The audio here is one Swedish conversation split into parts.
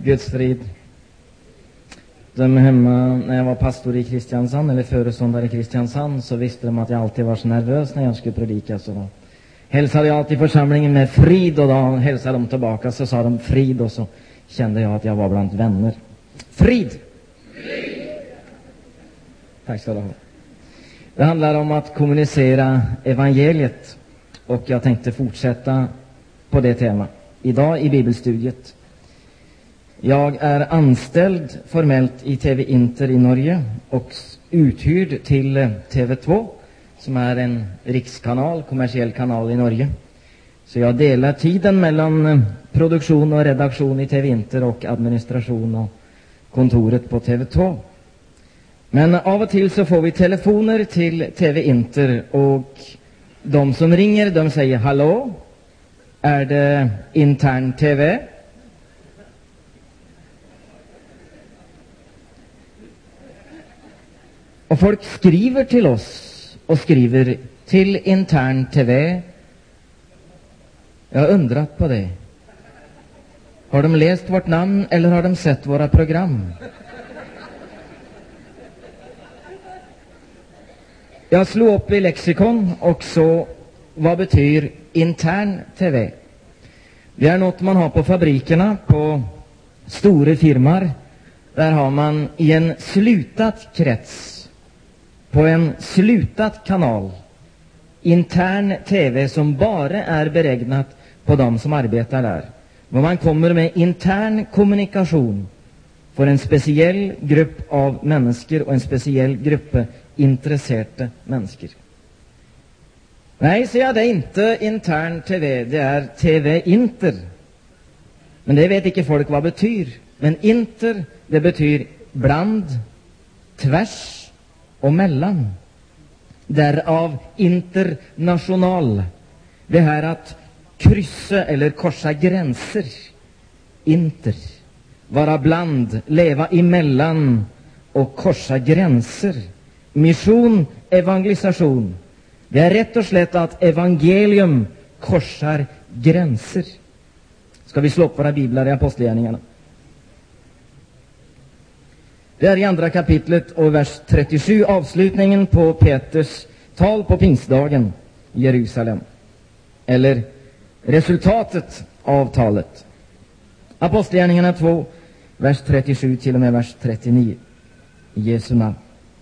Guds frid. De hemma, när jag var pastor i Kristiansand, eller föreståndare i Kristiansand, så visste de att jag alltid var så nervös när jag skulle predika. Så då hälsade jag alltid församlingen med frid, och då hälsade de tillbaka, så sa de frid, och så kände jag att jag var bland vänner. Frid! Frid! Tack ska du ha. Det handlar om att kommunicera evangeliet, och jag tänkte fortsätta på det tema idag i bibelstudiet. Jag är anställd formellt i TV Inter i Norge och uthyrd till TV2, som är en rikskanal, kommersiell kanal i Norge. Så jag delar tiden mellan produktion och redaktion i TV Inter och administration och kontoret på TV2. Men av och till så får vi telefoner till TV Inter, och de som ringer, de säger: hallå, är det intern TV? Och folk skriver till oss och skriver till intern TV. Jag har undrat på det. Har de läst vårt namn eller har de sett våra program? Jag slog upp i lexikon och så, vad betyder intern TV? Det är något man har på fabrikerna, på stora firmor. Där har man i en slutat krets, på en slutat kanal, intern TV som bara är beräknat på de som arbetar där. Men man kommer med intern kommunikation för en speciell grupp av människor och en speciell grupp intresserade människor. Nej, så det är inte intern TV, det är TV Inter. Men det vet inte folk vad betyder. Men Inter, det betyder bland, tvärs och mellan. Därav international. Det här att kryssa eller korsa gränser. Inter. Vara bland, leva emellan och korsa gränser. Mission, evangelisation. Det är rätt och slätt att evangelium korsar gränser. Ska vi slå upp våra biblar i Apostlagärningarna? Det är i andra kapitlet och vers 37, avslutningen på Peters tal på pingstdagen i Jerusalem. Eller resultatet av talet. Apostlagärningarna 2, vers 37 till och med vers 39. I Jesu namn.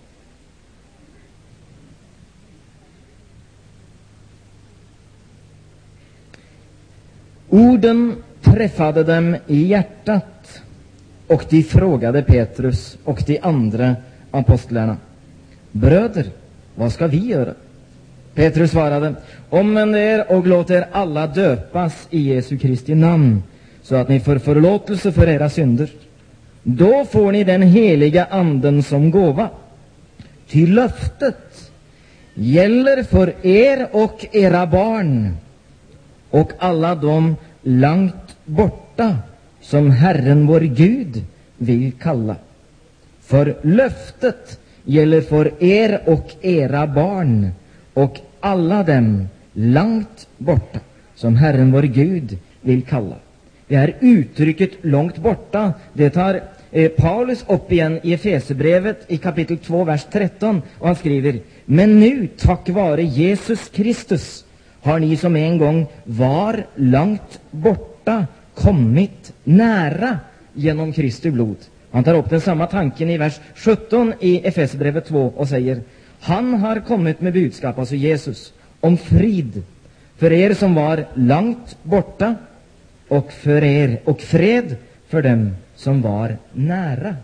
Orden träffade dem i hjärtat, och de frågade Petrus och de andra apostlarna: bröder, vad ska vi göra? Petrus svarade: omvänd er och låt er alla döpas i Jesu Kristi namn, så att ni får förlåtelse för era synder. Då får ni den heliga anden som gåva. Ty löftet gäller för er och era barn och alla de långt borta som Herren vår Gud vill kalla. För löftet gäller för er och era barn och alla dem långt borta som Herren vår Gud vill kalla. Det här uttrycket långt borta, det tar Paulus upp igen i Efesierbrevet i kapitel 2, vers 13, och han skriver: men nu, tack vare Jesus Kristus, har ni som en gång var långt borta kommit nära genom Kristi blod. Han tar upp den samma tanken i vers 17 i Efesierbrevet 2 och säger: han har kommit med budskap, alltså Jesus, om frid för er som var långt borta, och för er, och fred för dem som var nära.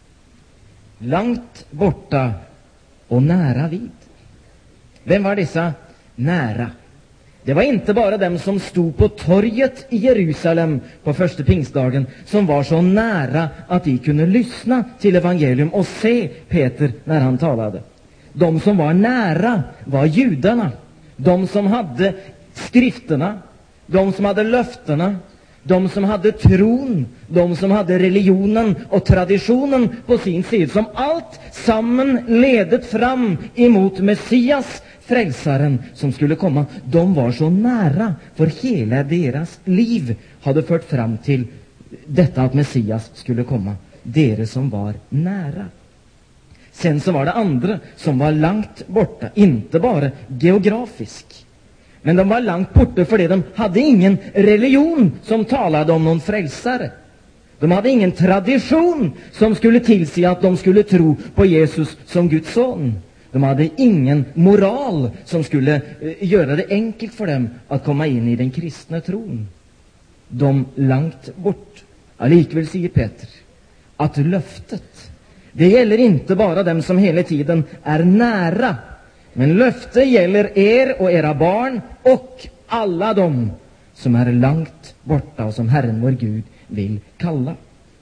Långt borta och nära vid. Vem var dessa nära? Det var inte bara dem som stod på torget i Jerusalem på första pingstdagen som var så nära att de kunde lyssna till evangelium och se Peter när han talade. De som var nära var judarna. De som hade skrifterna, de som hade löftena, de som hade tron, de som hade religionen och traditionen på sin sida, som allt samman ledet fram emot Messias, frälsaren som skulle komma. De var så nära, för hela deras liv hade fört fram till detta att Messias skulle komma. Dere som var nära. Sen så var det andra som var långt borta, inte bara geografisk. Men de var långt borta för det de hade ingen religion som talade om någon frälsare. De hade ingen tradition som skulle tillse att de skulle tro på Jesus som Guds son. De hade ingen moral som skulle göra det enkelt för dem att komma in i den kristna tron. De långt bort. Likväl säger Peter att löftet, det gäller inte bara dem som hela tiden är nära, men löftet gäller er och era barn och alla dem som är långt borta och som Herren vår Gud vill kalla.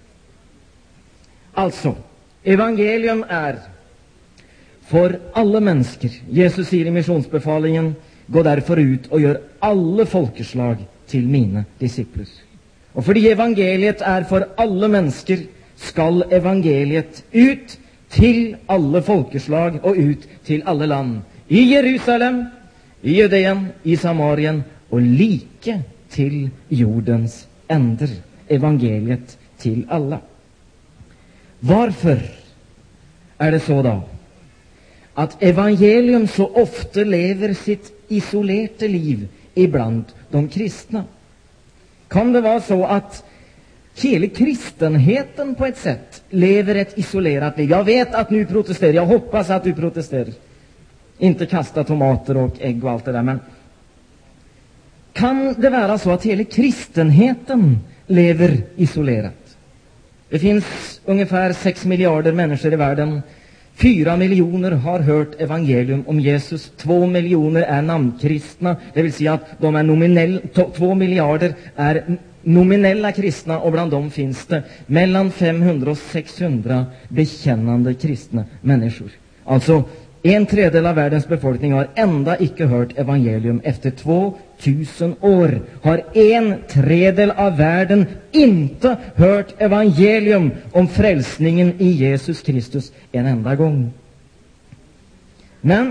Alltså, evangelium är för alla människor. Jesus säger i missionsbefalingen: gå därför ut och gör alla folkeslag till mina discipler. Och för det evangeliet är för alla människor, skall evangeliet ut till alla folkeslag och ut till alla land. I Jerusalem, i Judeen, i Samarien och lika till jordens änder. Evangeliet till alla. Varför är det så då att evangelium så ofta lever sitt isolerade liv ibland de kristna? Kan det vara så att hela kristenheten på ett sätt lever ett isolerat liv? Jag vet att nu protesterar, jag hoppas att du protesterar. Inte kasta tomater och ägg och allt det där, men kan det vara så att hela kristenheten lever isolerat? Det finns ungefär 6 miljarder människor i världen. 4 miljoner har hört evangelium om Jesus. 2 miljoner är namnkristna, det vill säga att de är 2 miljarder är nominella kristna, och bland dem finns det mellan 500 och 600 bekännande kristna människor. Alltså 1/3 av världens befolkning har ända icke hört evangelium. Efter 2000 år har 1/3 av världen inte hört evangelium om frälsningen i Jesus Kristus en enda gång. Men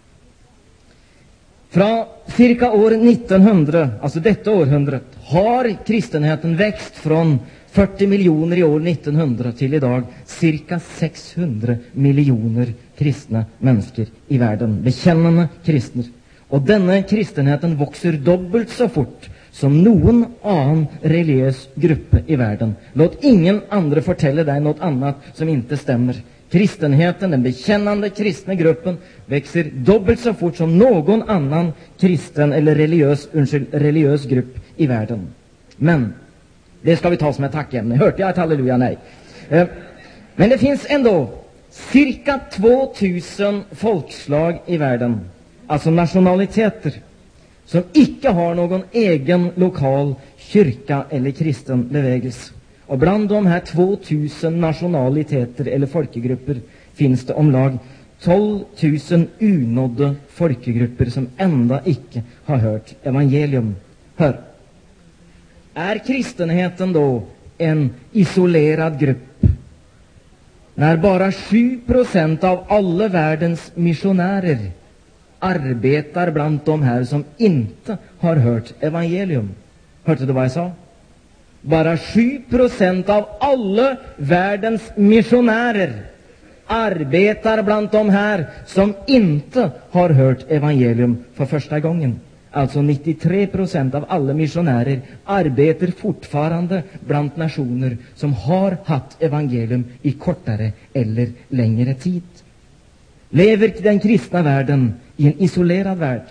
från cirka år 1900, alltså detta århundrade, har kristenheten växt från 40 miljoner i år 1900 till idag cirka 600 miljoner kristna människor i världen, bekännande kristna. Och denna kristenheten växer dubbelt så fort som någon annan religiös grupp i världen. Låt ingen andra fortälla dig något annat som inte stämmer. Kristenheten, den bekännande kristna gruppen, växer dubbelt så fort som någon annan kristen eller religiös grupp i världen. Men det ska vi ta som ett tackämne. Hörde jag ett halleluja? Nej. Men det finns ändå cirka 2000 folkslag i världen, alltså nationaliteter, som icke har någon egen lokal kyrka eller kristen bevegelse. Och bland de här 2000 nationaliteter eller folkgrupper finns det omlag 12 000 unådda folkgrupper som ända icke har hört evangelium. Hör. Är kristenheten då en isolerad grupp när bara 7% av alla världens missionärer arbetar bland de här som inte har hört evangelium? Hörde du vad jag sa? Bara 7% av alla världens missionärer arbetar bland de här som inte har hört evangelium för första gången. Alltså 93% av alla missionärer arbetar fortfarande bland nationer som har haft evangelium i kortare eller längre tid. Lever den kristna världen i en isolerad värld?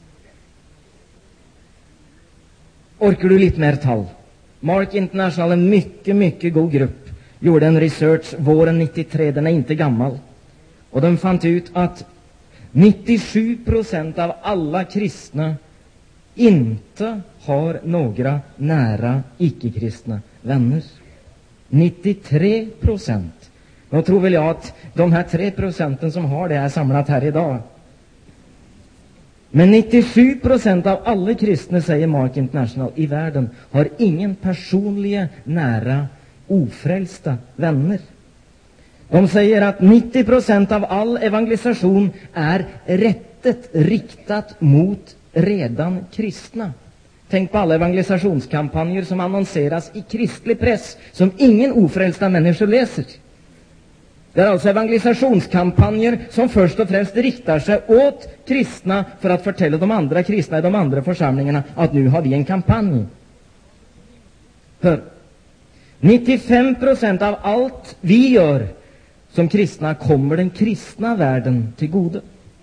Orkar du lite mer tal? Mark International, en mycket god grupp, gjorde en research våren 93, den är inte gammal. Och de fann ut att 97% av alla kristna inte har några nära icke-kristna vänner. 93%. Då tror väl jag att de här 3% som har det är samlat här idag. Men 97% av alla kristna, säger Mark International, i världen har ingen personliga, nära, ofrälsta vänner. De säger att 90% av all evangelisation är riktat mot redan kristna. Tänk på alla evangelisationskampanjer som annonseras i kristlig press, som ingen ofrälsta människor läser. Det är alltså evangelisationskampanjer som först och främst riktar sig åt kristna för att förtälla de andra kristna i de andra församlingarna att nu har vi en kampanj. Hör, 95% av allt vi gör som kristna kommer den kristna världen till godo.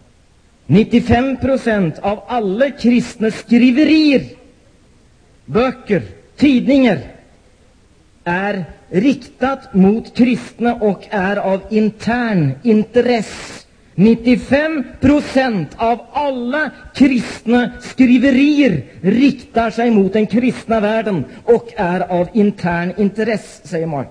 95% av alla kristna skriverier, böcker, tidningar är riktat mot kristna och är av intern intresse. 95% av alla kristna skriverier riktar sig mot den kristna världen och är av intern intresse, säger Mark.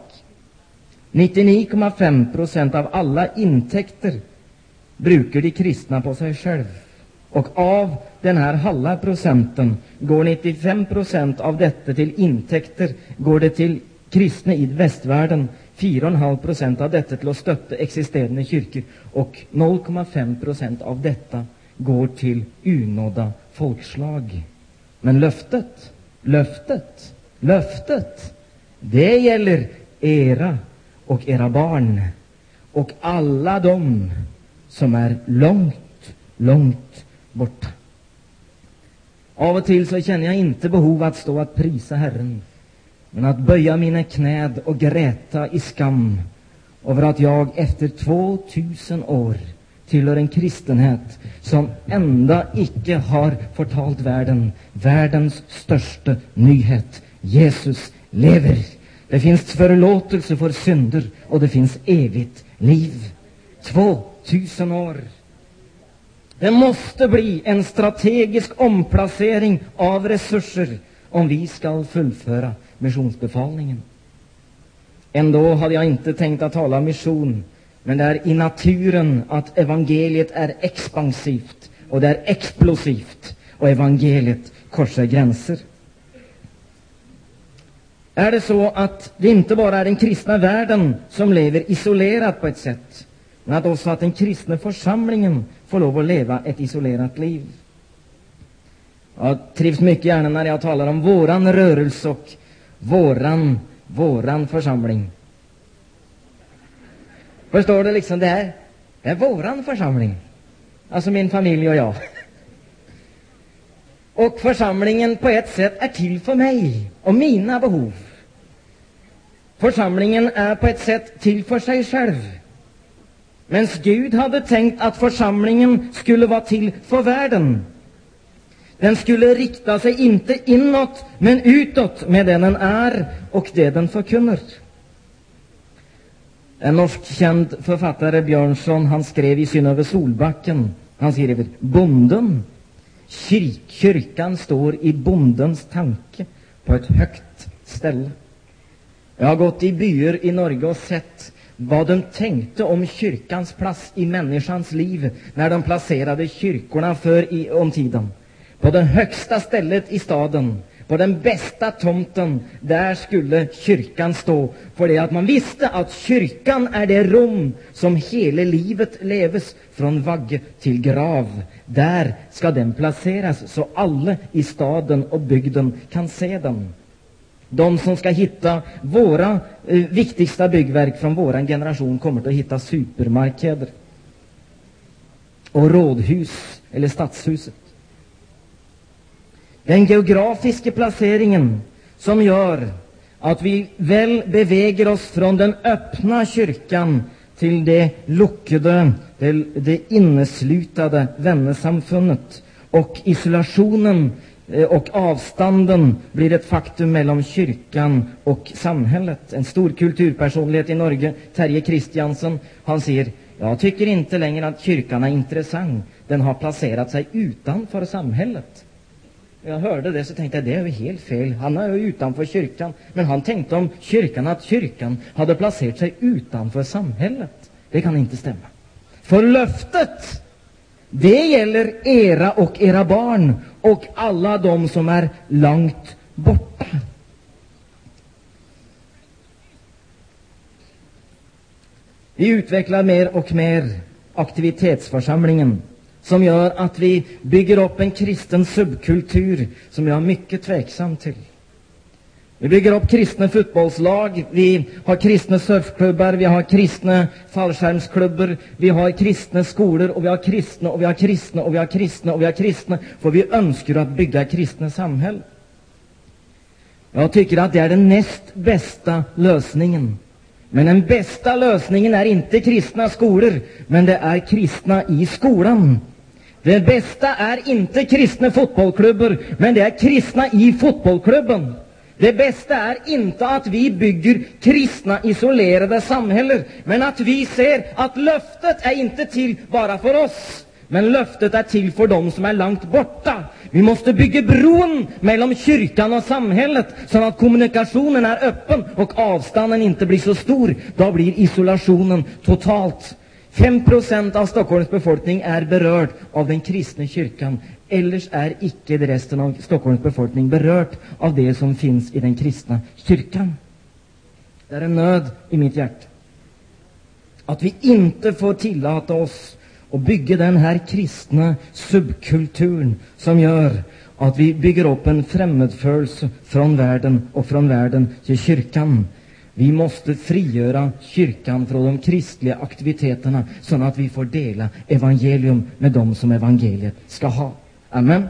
99,5% av alla intäkter brukar de kristna på sig själv. Och av den här halva procenten går 95% av detta till intäkter, går det till kristna i västvärlden, 4,5% av detta till att stötta existerande kyrkor och 0,5% av detta går till unådda folkslag. Men löftet, det gäller era och era barn och alla de som är långt borta. Av och till så känner jag inte behov att stå att prisa Herren, men att böja mina knäd och gräta i skam över att jag efter 2000 år tillhör en kristenhet som ända icke har fortalt världens största nyhet. Jesus lever. Det finns förlåtelse för synder och det finns evigt liv. 2000 år. Det måste bli en strategisk omplacering av resurser om vi ska fullföra missionsbefallningen. Ändå hade jag inte tänkt att tala om mission, men det är i naturen att evangeliet är expansivt och det är explosivt och evangeliet korsar gränser. Är det så att det inte bara är den kristna världen som lever isolerat på ett sätt, men att också att den kristna församlingen får lov att leva ett isolerat liv? Jag trivs mycket gärna när jag talar om våran rörelse och våran församling. Förstår du liksom det här? Det är våran församling. Alltså min familj och jag. Och församlingen på ett sätt är till för mig och mina behov. Församlingen är på ett sätt till för sig själv. Men Gud hade tänkt att församlingen skulle vara till för världen. Den skulle rikta sig inte inåt, men utåt med den den är och det den förkunnar. En norsk känd författare, Björnson, han skrev i Synnöve Solbacken, han skrev: bonden, kyrkan står i bondens tanke på ett högt ställe. Jag har gått i byer i Norge och sett vad de tänkte om kyrkans plats i människans liv när de placerade kyrkorna om tiden. På det högsta stället i staden, på den bästa tomten, där skulle kyrkan stå. För det att man visste att kyrkan är det rum som hela livet leves från vagge till grav. Där ska den placeras så alla i staden och bygden kan se den. De som ska hitta våra viktigaste byggverk från våran generation kommer att hitta supermarkeder och rådhus eller stadshuset. Den geografiska placeringen som gör att vi väl beväger oss från den öppna kyrkan till det luckade, det inneslutade vännesamfundet, och isolationen och avstånden blir ett faktum mellan kyrkan och samhället. En stor kulturpersonlighet i Norge, Terje Kristiansen, han säger: jag tycker inte längre att kyrkan är intressant. Den har placerat sig utanför samhället. Jag hörde det så tänkte jag, det är ju helt fel. Han är ju utanför kyrkan. Men han tänkte om kyrkan att kyrkan hade placerat sig utanför samhället. Det kan inte stämma. För löftet, det gäller era och era barn och alla de som är långt borta. Vi utvecklar mer och mer aktivitetsförsamlingen. som gör att vi bygger upp en kristen subkultur som jag är mycket tveksam till. Vi bygger upp kristna fotbollslag, vi har kristna surfklubbar, vi har kristna fallskärmsklubbar, vi har kristna skolor och vi har kristna och vi har kristna och vi har kristna och vi har kristna, för vi önskar att bygga kristna samhälle. Jag tycker att det är den näst bästa lösningen. Men den bästa lösningen är inte kristna skolor, men det är kristna i skolan. Det bästa är inte kristna fotbollklubbar, men det är kristna i fotbollklubben. Det bästa är inte att vi bygger kristna isolerade samhällen, men att vi ser att löftet är inte till bara för oss, men löftet är till för dem som är långt borta. Vi måste bygga bron mellan kyrkan och samhället så att kommunikationen är öppen och avstånden inte blir så stor. Då blir isolationen totalt. 5% av Stockholms befolkning är berörd av den kristna kyrkan. Ellers är icke det resten av Stockholms befolkning berört av det som finns i den kristna kyrkan. Det är en nöd i mitt hjärta att vi inte får tillåta oss att bygga den här kristna subkulturen som gör att vi bygger upp en främmadförelse från världen och från världen till kyrkan. Vi måste frigöra kyrkan från de kristliga aktiviteterna så att vi får dela evangelium med dem som evangeliet ska ha. Amen.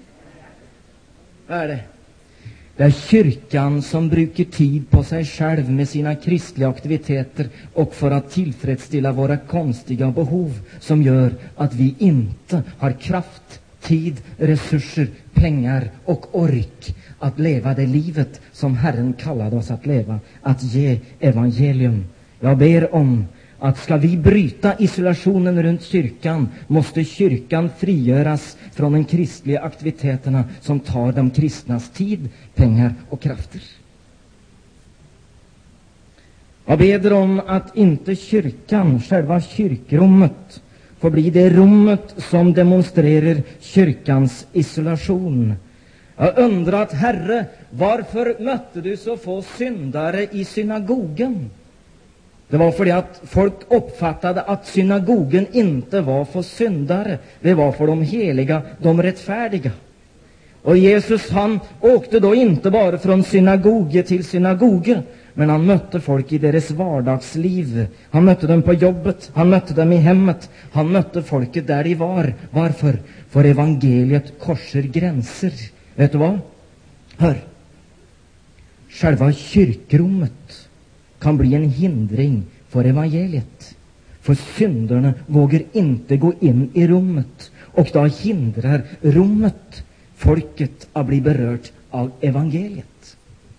Vad är det? Det är kyrkan som brukar tid på sig själv med sina kristliga aktiviteter och för att tillfredsställa våra konstiga behov som gör att vi inte har kraft, tid, resurser, pengar och ork att leva det livet som Herren kallade oss att leva, att ge evangelium. Jag ber om att ska vi bryta isolationen runt kyrkan, måste kyrkan frigöras från de kristliga aktiviteterna som tar de kristnas tid, pengar och krafter. Jag ber om att inte kyrkan, själva kyrkrummet, får bli det rummet som demonstrerar kyrkans isolation. Jag undrar att Herre, varför mötte du så få syndare i synagogen? Det var för att folk uppfattade att synagogen inte var för syndare. Det var för de heliga, de rättfärdiga. Och Jesus, han åkte då inte bara från synagoge till synagoge, men han mötte folk i deras vardagsliv. Han mötte dem på jobbet, han mötte dem i hemmet, han mötte folket där de var. Varför? För evangeliet korsar gränser. Vet du vad? Hör. Själva kyrkrummet kan bli en hindring för evangeliet. För syndarna vågar inte gå in i rummet, och då hindrar rummet folket att bli berört av evangeliet.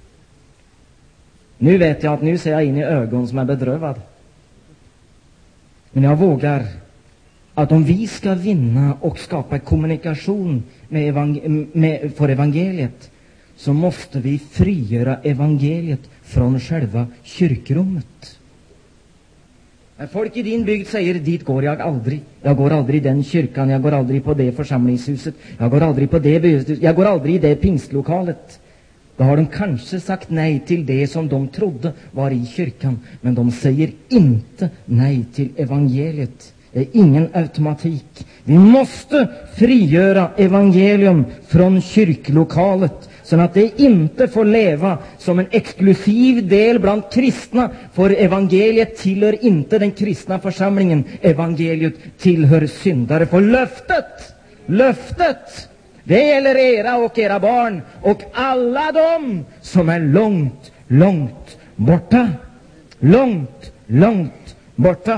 Nu vet jag att nu ser jag in i ögon som är bedrövad. Men jag vågar att om vi ska vinna och skapa kommunikation för evangeliet, så måste vi frigöra evangeliet från själva kyrkrummet. När folk i din bygd säger, dit går jag aldrig. Jag går aldrig i den kyrkan, jag går aldrig på det församlingshuset, jag går aldrig på det byhuset, jag går aldrig i det pingstlokalet. Då har de kanske sagt nej till det som de trodde var i kyrkan, men de säger inte nej till evangeliet. Det är ingen automatik. Vi måste frigöra evangelium från kyrklokalet, så att det inte får leva som en exklusiv del bland kristna. För evangeliet tillhör inte den kristna församlingen. Evangeliet tillhör syndare. För löftet, det gäller era och era barn och alla de som är långt, långt borta. Långt, långt borta.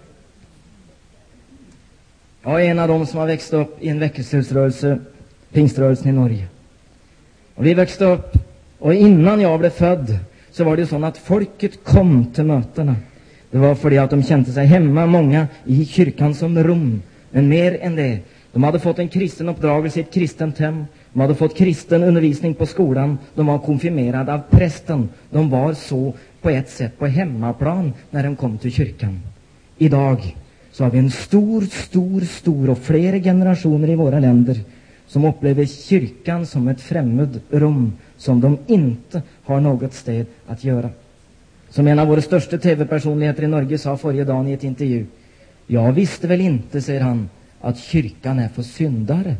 Jag är en av dem som har växt upp i en väckelserörelse, pingströrelsen i Norge. Och vi växte upp, och innan jag blev född så var det så att folket kom till mötena. Det var för att de kände sig hemma, många i kyrkan som rum. Men mer än det, de hade fått en kristen uppdragelse i ett kristent hem. De hade fått kristen undervisning på skolan. De var konfirmerade av prästen. De var så på ett sätt på hemmaplan när de kom till kyrkan. Idag så har vi en stor och flera generationer i våra länder som upplever kyrkan som ett främmande rum som de inte har något sted att göra. Som en av våra största tv-personligheter i Norge sa förra dagen i ett intervju: jag visste väl inte, säger han, att kyrkan är för syndare.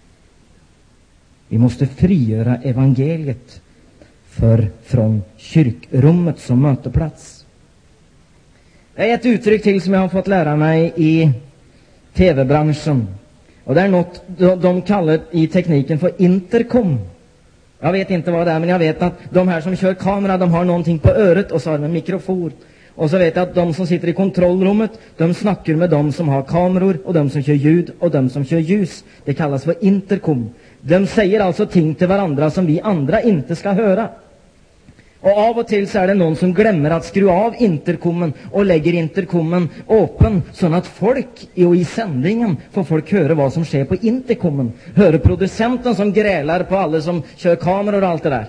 Vi måste frigöra evangeliet från kyrkrummet som möteplats. Det är ett uttryck till som jag har fått lära mig i tv-branschen. Och det är något de kallar i tekniken för intercom. Jag vet inte vad det är, men jag vet att de här som kör kamera, de har någonting på öret och så har de en mikrofon. Och så vet jag att de som sitter i kontrollrummet, de snackar med de som har kameror och de som kör ljud och de som kör ljus. Det kallas för intercom. De säger alltså ting till varandra som vi andra inte ska höra. Och av och till så är det någon som glömmer att skruva av intercomen och lägger intercomen öppen så att folk i sändningen får folk höra vad som sker på intercomen. Höra producenten som grälar på alla som kör kameror och allt det där.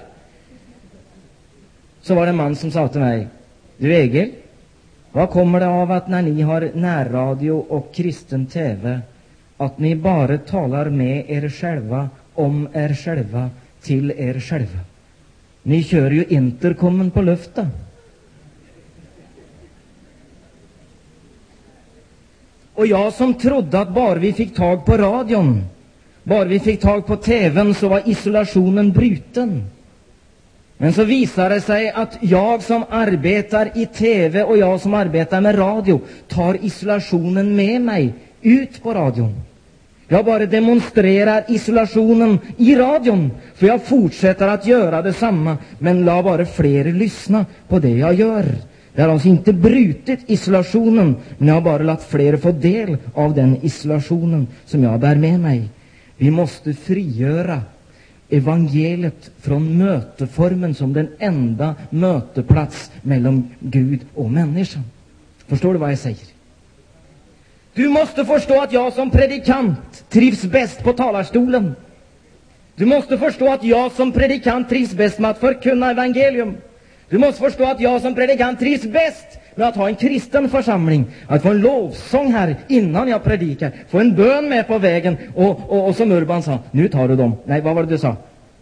Så var det en man som sa till mig: du Egil, vad kommer det av att när ni har närradio och kristen tv att ni bara talar med er själva, om er själva, till er själva? Ni kör ju intercomen på luften. Och jag som trodde att bara vi fick tag på radion, bara vi fick tag på tvn, så var isolationen bruten. Men så visar det sig att jag som arbetar i tv och jag som arbetar med radio tar isolationen med mig ut på radion. Jag bara demonstrerar isolationen i radion, för jag fortsätter att göra detsamma, men la bara fler lyssna på det jag gör. Det har alltså inte brutit isolationen, men jag har bara låtit fler få del av den isolationen som jag bär med mig. Vi måste frigöra evangeliet från möteformen som den enda möteplats mellan Gud och människan. Förstår du vad jag säger? Du måste förstå att jag som predikant trivs bäst på talarstolen. Du måste förstå att jag som predikant trivs bäst med att förkunna evangelium. Du måste förstå att jag som predikant trivs bäst med att ha en kristen församling. Att få en lovsång här innan jag predikar. Få en bön med på vägen. Och som Urban sa, nu tar du dem. Nej, vad var det du sa?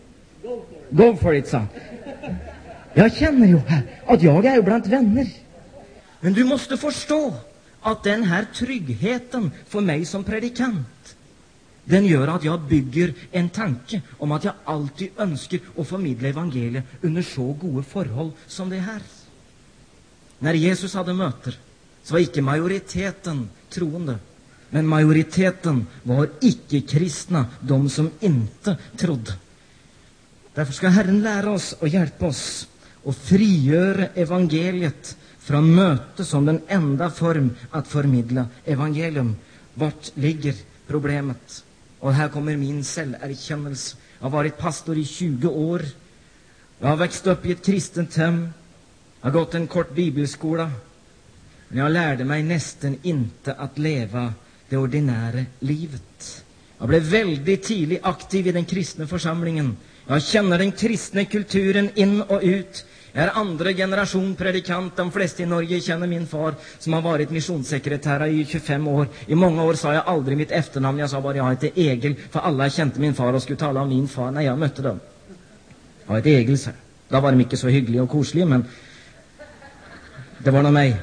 Go for it, sa. Jag känner ju här att jag är bland vänner. Men du måste förstå att den här tryggheten för mig som predikant, den gör att jag bygger en tanke om att jag alltid önskar att förmedla evangeliet under så goda förhåll som det här. När Jesus hade möter så var icke majoriteten troende, men majoriteten var icke-kristna, de som inte trodde. Därför ska Herren lära oss och hjälpa oss och frigöra evangeliet från möte som den enda form att förmedla evangelium. Vart ligger problemet? Och här kommer min själverkännelse. Jag har varit pastor i 20 år. Jag har växt upp i ett kristet hem. Jag har gått en kort bibelskola. Men jag lärde mig nästan inte att leva det ordinära livet. Jag blev väldigt tidigt aktiv i den kristna församlingen. Jag känner den kristna kulturen in och ut. Jag är andra generation predikant. De flesta i Norge känner min far som har varit missionssekreterare i 25 år. I många år sa jag aldrig mitt efternamn. Jag sa bara jag heter Egil, för alla kände min far och skulle tala om min far när jag mötte dem. Jag heter Egil, så. Då var de mycket så hygglig och korslig, men det var nog mig.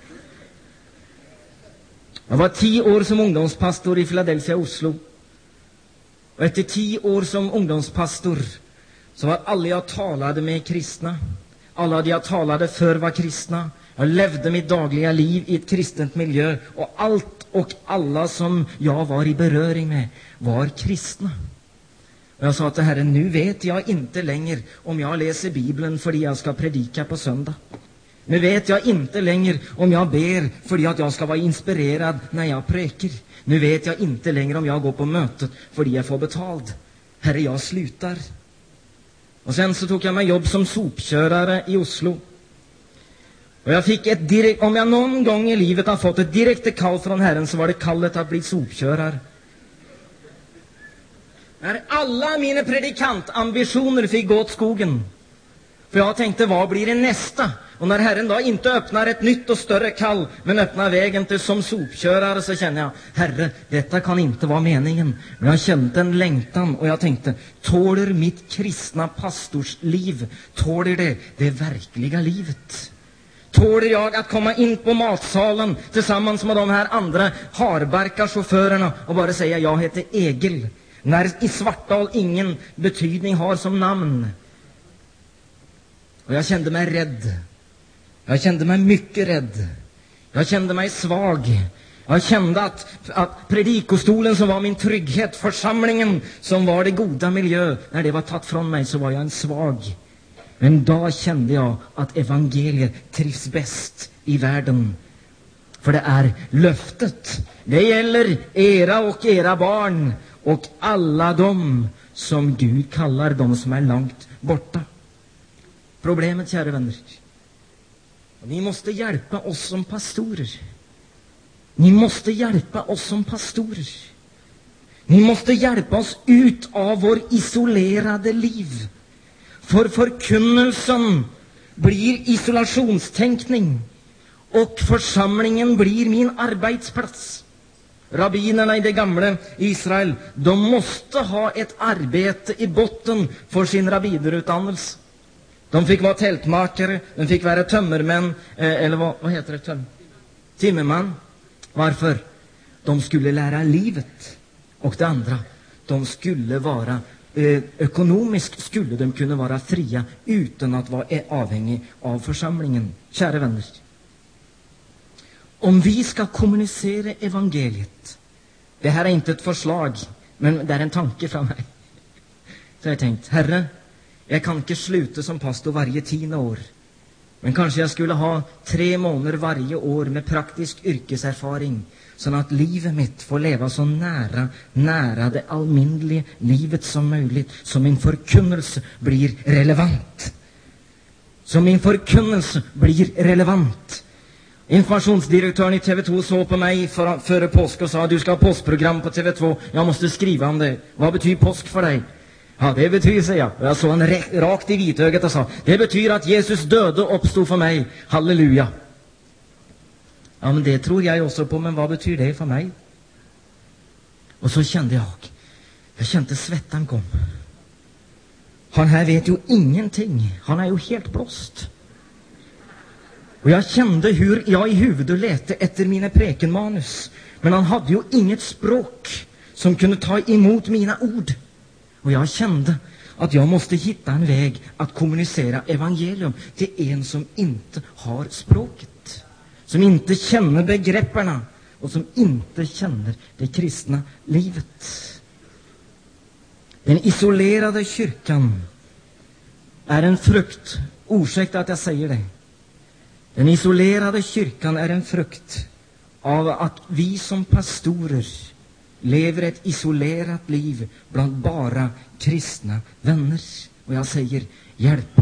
Jag var 10 år som ungdomspastor i Philadelphia, Oslo. Och efter 10 år som ungdomspastor så var alla jag talade med kristna. Alla jag talade för var kristna. Jag levde mitt dagliga liv i ett kristent miljö. Och allt och alla som jag var i beröring med var kristna. Och jag sa till Herren, nu vet jag inte längre om jag läser Bibeln för att jag ska predika på söndag. Nu vet jag inte längre om jag ber för att jag ska vara inspirerad när jag präker. Nu vet jag inte längre om jag går på mötet för att jag får betalt. Herre, jag slutar. Och sen så tog jag mig jobb som sopkörare i Oslo. Och jag fick om jag någon gång i livet har fått ett direkt kall från Herren, så var det kallet att bli sopkörare. När alla mina predikantambitioner fick gå åt skogen. För jag tänkte, vad blir det nästa? Och när Herren då inte öppnar ett nytt och större kall, men öppnar vägen till som sopkörare, så känner jag, Herre, detta kan inte vara meningen. Men jag kände en längtan och jag tänkte, tåler mitt kristna pastorsliv, tåler det verkliga livet? Tåler jag att komma in på matsalen tillsammans med de här andra harbarkarchaufförerna och bara säga jag heter Egil, när i Svartdal ingen betydning har som namn? Och jag kände mig rädd. Jag kände mig mycket rädd. Jag kände mig svag. Jag kände att predikostolen som var min trygghet, församlingen som var det goda miljö, när det var tatt från mig så var jag en svag. Men då kände jag att evangeliet trivs bäst i världen. För det är löftet. Det gäller era och era barn och alla dem som Gud kallar, de som är långt borta. Problemet, kära vänner, ni måste hjälpa oss som pastorer. Ni måste hjälpa oss som pastorer. Ni måste hjälpa oss ut av vår isolerade liv. För förkunnelsen blir isolationstänkning och församlingen blir min arbetsplats. Rabbinerna i det gamla Israel, de måste ha ett arbete i botten för sin rabbinerutdannelse. De fick vara tältmakare, de fick vara tömmermän, eller vad heter det? Timmerman. Varför? De skulle lära livet. Och det andra, de skulle vara ekonomiskt skulle de kunna vara fria utan att vara avhängiga av församlingen. Kära vänner, om vi ska kommunicera evangeliet, det här är inte ett förslag, men det är en tanke från mig. Så jag tänkt, Herre, jag kan inte sluta som pastor varje 10 år, men kanske jag skulle ha 3 månader varje år med praktisk yrkeserfaring, så att livet mitt får leva så nära det allmänliga livet som möjligt, så min förkunnelse blir relevant. Så min förkunnelse blir relevant. Informationsdirektören i TV2 såg på mig före påsk och sa, du ska ha påskprogram på TV2, jag måste skriva om det. Vad betyder påsk för dig? Ja, det betyder, säger jag. Jag såg han rakt i vitögat och sa, det betyder att Jesus döde och uppstod för mig. Halleluja. Ja, men det tror jag också på, men vad betyder det för mig? Och så kände jag kände svettan kom. Han här vet ju ingenting. Han är ju helt blåst. Och jag kände hur jag i huvudet lette efter mina prekenmanus. Men han hade ju inget språk som kunde ta emot mina ord. Och jag kände att jag måste hitta en väg att kommunicera evangelium till en som inte har språket, som inte känner begrepperna och som inte känner det kristna livet. Den isolerade kyrkan är en frukt, ursäkta att jag säger det. Den isolerade kyrkan är en frukt av att vi som pastorer lever ett isolerat liv bland bara kristna vänner. Och jag säger, hjälpa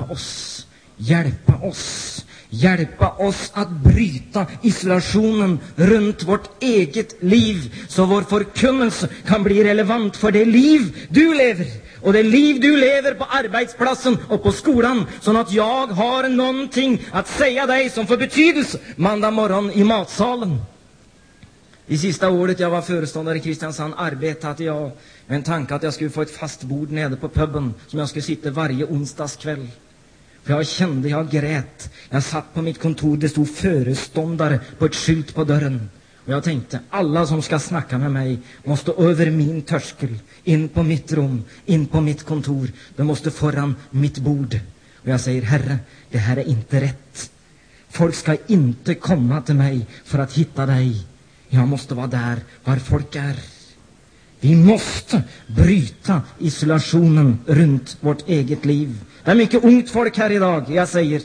oss att bryta isolationen runt vårt eget liv, så vår förkunnelse kan bli relevant för det liv du lever och det liv du lever på arbetsplatsen och på skolan, så att jag har någonting att säga dig som får betydelse måndag morgon i matsalen. I sista året jag var föreståndare i Kristiansand arbetade jag med en tanke att jag skulle få ett fast bord nere på puben som jag skulle sitta varje onsdagskväll. För jag kände, jag grät. Jag satt på mitt kontor, det stod föreståndare på ett skylt på dörren. Och jag tänkte, alla som ska snacka med mig måste över min tröskel, in på mitt rum, in på mitt kontor. De måste föran mitt bord. Och jag säger, Herre, det här är inte rätt. Folk ska inte komma till mig för att hitta dig. Jag måste vara där var folk är. Vi måste bryta isolationen runt vårt eget liv. Det är mycket ungt folk här idag. Jag säger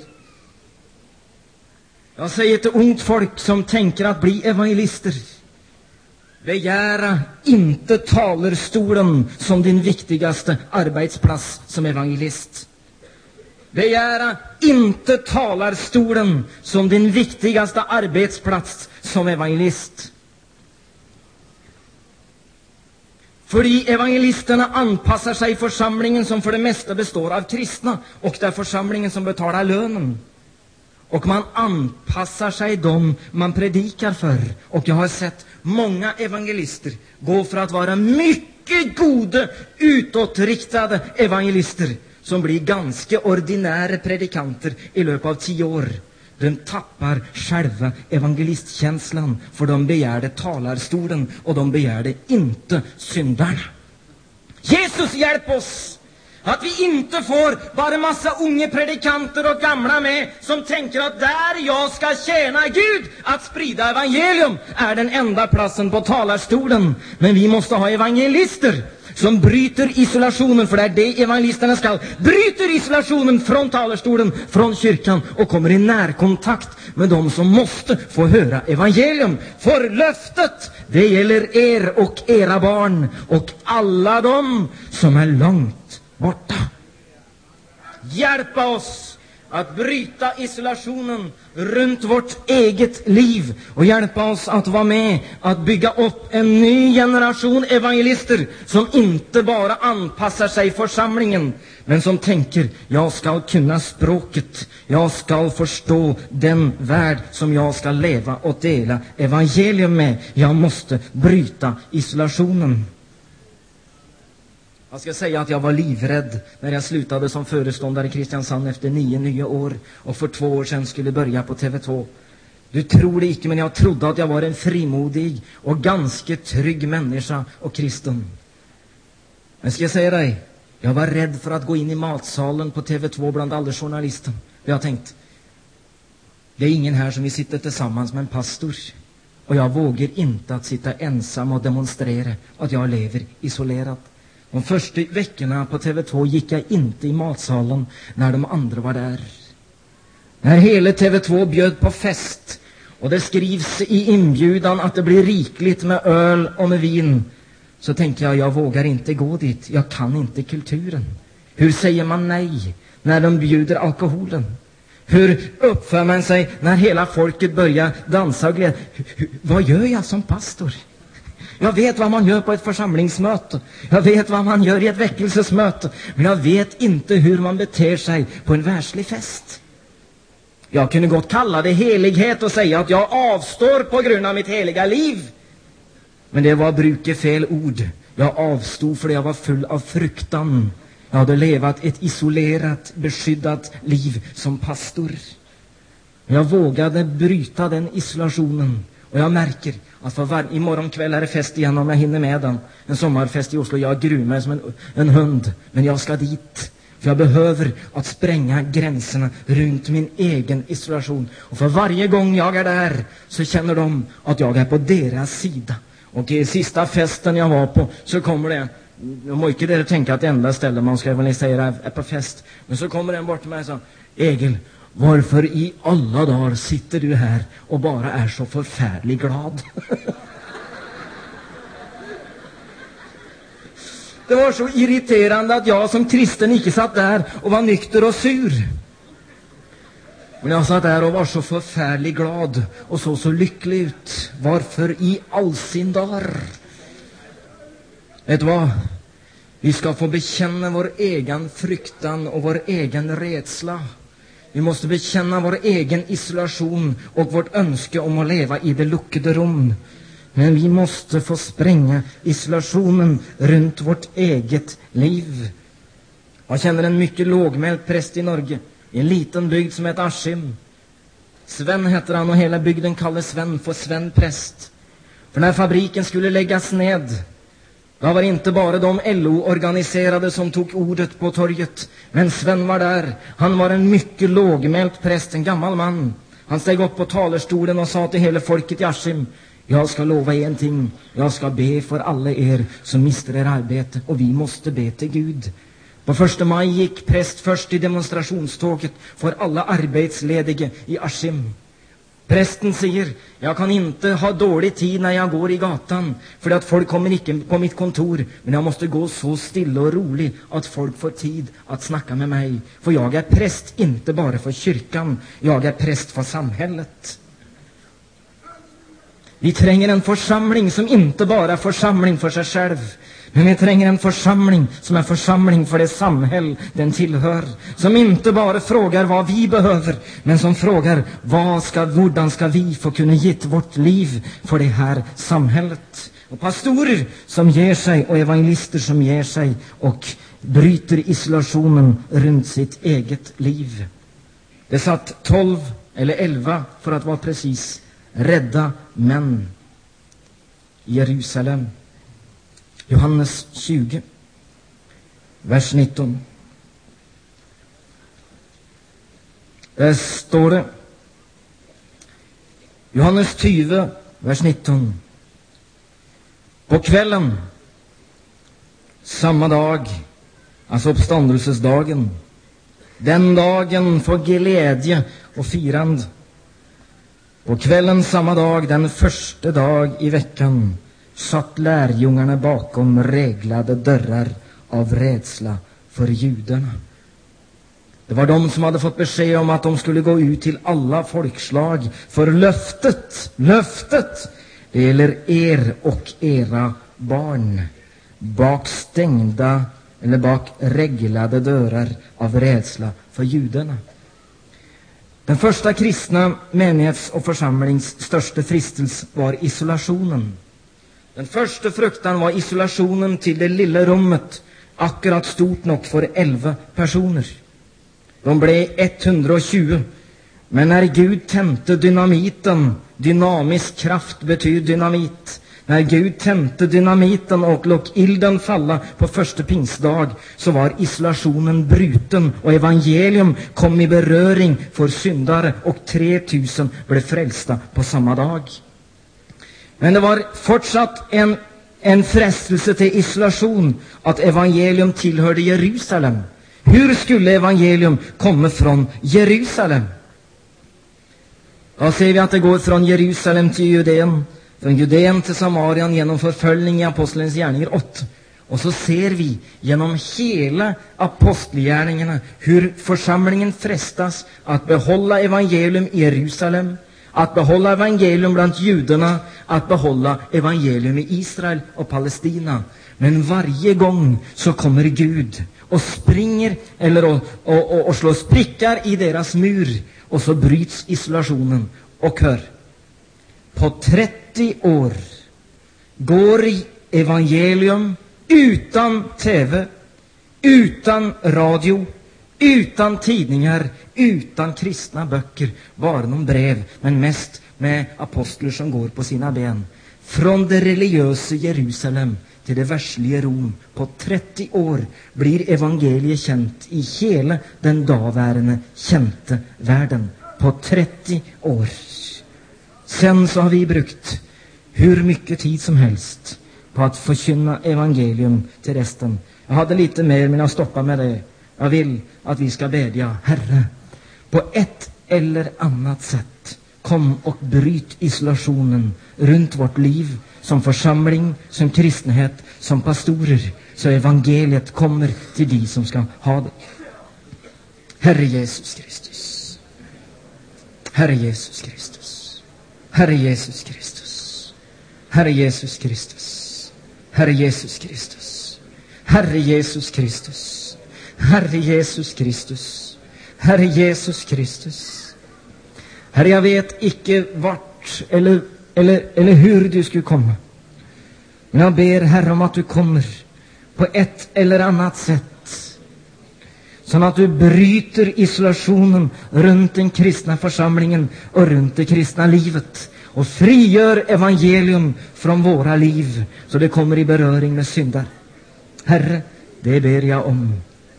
till ungt folk som tänker att bli evangelister, begära inte talarstolen som din viktigaste arbetsplats som evangelist. Begära inte talarstolen som din viktigaste arbetsplats som evangelist. För evangelisterna anpassar sig församlingen som för det mesta består av kristna, och det är församlingen som betalar lönen. Och man anpassar sig dem man predikar för. Och jag har sett många evangelister gå för att vara mycket goda, utåtriktade evangelister som blir ganska ordinära predikanter i löpet av 10 år. de tappar själva evangelistkänslan, för de begärde talarstolen och de begärde inte syndarna. Jesus, hjälp oss att vi inte får bara massa unga predikanter och gamla med som tänker att där jag ska tjäna Gud, att sprida evangelium, är den enda platsen på talarstolen. Men vi måste ha evangelister som bryter isolationen, för det är det evangelisterna ska. Bryter isolationen från talarstolen, från kyrkan, och kommer i närkontakt med dem som måste få höra evangelium. För löftet, det gäller er och era barn och alla dem som är långt borta. Hjälpa oss att bryta isolationen runt vårt eget liv och hjälpa oss att vara med att bygga upp en ny generation evangelister som inte bara anpassar sig församlingen, men som tänker: jag ska kunna språket, jag ska förstå den värld som jag ska leva och dela evangelium med. Jag måste bryta isolationen. Jag ska säga att jag var livrädd när jag slutade som föreståndare i Kristiansand efter 9 nya år och för 2 år sedan skulle börja på TV2. Du tror det inte, men jag trodde att jag var en frimodig och ganska trygg människa och kristen. Men ska jag säga dig, jag var rädd för att gå in i matsalen på TV2 bland alla journalister. Jag tänkte, det är ingen här som vill sitta tillsammans med en pastor. Och jag vågar inte att sitta ensam och demonstrera att jag lever isolerat. De första veckorna på TV2 gick jag inte i matsalen när de andra var där. När hela TV2 bjöd på fest och det skrivs i inbjudan att det blir rikligt med öl och med vin, så tänkte jag vågar inte gå dit. Jag kan inte kulturen. Hur säger man nej när de bjuder alkoholen? Hur uppför man sig när hela folket börjar dansa och glädja? Vad gör jag som pastor? Jag vet vad man gör på ett församlingsmöte. Jag vet vad man gör i ett väckelsesmöte. Men jag vet inte hur man beter sig på en världslig fest. Jag kunde gott kalla det helighet och säga att jag avstår på grund av mitt heliga liv. Men det var bruket fel ord. Jag avstod för jag var full av fruktan. Jag hade levat ett isolerat, beskyddat liv som pastor. Jag vågade bryta den isolationen. Och jag märker att imorgon kväll är det fest igen om jag hinner med den. En sommarfest i Oslo. Jag grumar som en hund. Men jag ska dit. För jag behöver att spränga gränserna runt min egen isolation. Och för varje gång jag är där så känner de att jag är på deras sida. Och i sista festen jag var på så kommer det... Jag må inte där tänka att det enda stället man ska evangelisera är på fest. Men så kommer den bort till mig och sa: Egil, varför i alla dagar sitter du här och bara är så förfärlig glad? Det var så irriterande att jag som kristen inte satt där och var nykter och sur. Men jag satt där och var så förfärlig glad och så lycklig ut. Varför i all sin dagar? Vet du vad? Vi ska få bekänna vår egen fruktan och vår egen rädsla. Vi måste bekänna vår egen isolation och vårt önske om att leva i det luckade rum. Men vi måste få spränga isolationen runt vårt eget liv. Jag känner en mycket lågmäld präst i Norge, i en liten bygd som heter Askim. Sven heter han och hela bygden kallar Sven för Sven präst. För när fabriken skulle läggas ned, det var inte bara de LO-organiserade som tog ordet på torget. Men Sven var där. Han var en mycket lågmäld präst, en gammal man. Han steg upp på talarstolen och sa till hela folket i Askim: jag ska lova en ting. Jag ska be för alla er som mister er arbete. Och vi måste be till Gud. På 1 maj gick präst först i demonstrationståget för alla arbetslediga i Askim. Prästen säger: jag kan inte ha dålig tid när jag går i gatan, för att folk kommer inte på mitt kontor, men jag måste gå så stilla och rolig att folk får tid att snacka med mig. För jag är präst inte bara för kyrkan, jag är präst för samhället. Vi tränger en församling som inte bara är församling för sig själv, men vi tränger en församling som är församling för det samhälle den tillhör. Som inte bara frågar vad vi behöver, men som frågar hurdan ska vi få kunna ge vårt liv för det här samhället. Och pastorer som ger sig och evangelister som ger sig och bryter isolationen runt sitt eget liv. Det satt 12 eller 11 för att vara precis, rädda män i Jerusalem. Johannes 20, vers 19. Där står det, Johannes 20, vers 19. På kvällen, samma dag, alltså uppståndelsesdagen, den dagen för glädje och firande. På kvällen samma dag, den första dag i veckan, satt lärjungarna bakom reglade dörrar av rädsla för judarna. Det var de som hade fått besked om att de skulle gå ut till alla folkslag, för löftet, det gäller er och era barn, bak stängda eller bak reglade dörrar av rädsla för judarna. Den första kristna menighets- och församlings största fristelse var isolationen. Den första fruktan var isolationen till det lilla rummet, akkurat stort nog för 11 personer. De blev 120, men när Gud tände dynamiten, dynamisk kraft betyder dynamit, när Gud tände dynamiten och låt ilden falla på första pingstdag, så var isolationen bruten och evangelium kom i beröring för syndare och 3000 blev frälsta på samma dag. Men det var fortsatt en frestelse till isolation att evangelium tillhörde Jerusalem. Hur skulle evangelium komma från Jerusalem? Då ser vi att det går från Jerusalem till Judeen, från Judeen till Samarien genom förföljning i Apostlens gärningar 8. Och så ser vi genom hela apostelgärningarna hur församlingen frestas att behålla evangelium i Jerusalem, att behålla evangelium bland judarna, att behålla evangelium i Israel och Palestina. Men varje gång så kommer Gud och springer och slår sprickar i deras mur, och så bryts isolationen. Och hör, på 30 år går evangelium utan tv, utan radio, utan tidningar, utan kristna böcker, bara någon brev, men mest med apostlar som går på sina ben. Från det religiösa Jerusalem till det världsliga Rom, på 30 år blir evangeliet känt i hela den dåvarande kända världen. På 30 år. Sen så har vi brukt hur mycket tid som helst på att förkynna evangelium till resten. Jag hade lite mer, men jag stoppar med det. Jag vill att vi ska bedja, Herre, på ett eller annat sätt, kom och bryt isolationen runt vårt liv, som församling, som kristenhet, som pastorer, så evangeliet kommer till de som ska ha det. Herre Jesus Kristus. Herre Jesus Kristus. Herre Jesus Kristus. Herre Jesus Kristus. Herre Jesus Kristus. Herre Jesus Kristus. Herre Jesus Kristus. Herre Jesus Kristus. Herre, jag vet icke vart eller hur du skulle komma. Men jag ber, Herre, om att du kommer på ett eller annat sätt, så att du bryter isolationen runt den kristna församlingen och runt det kristna livet och frigör evangelium från våra liv, så det kommer i beröring med syndar. Herre, det ber jag om.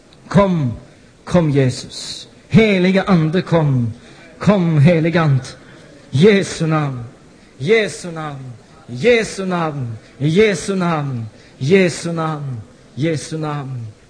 Kom Jesus. Heliga Ande, kom. Kom, heliga Ande. Jesu namn. Jesu namn. Jesu namn. Jesu namn. Jesu namn. Jesu namn.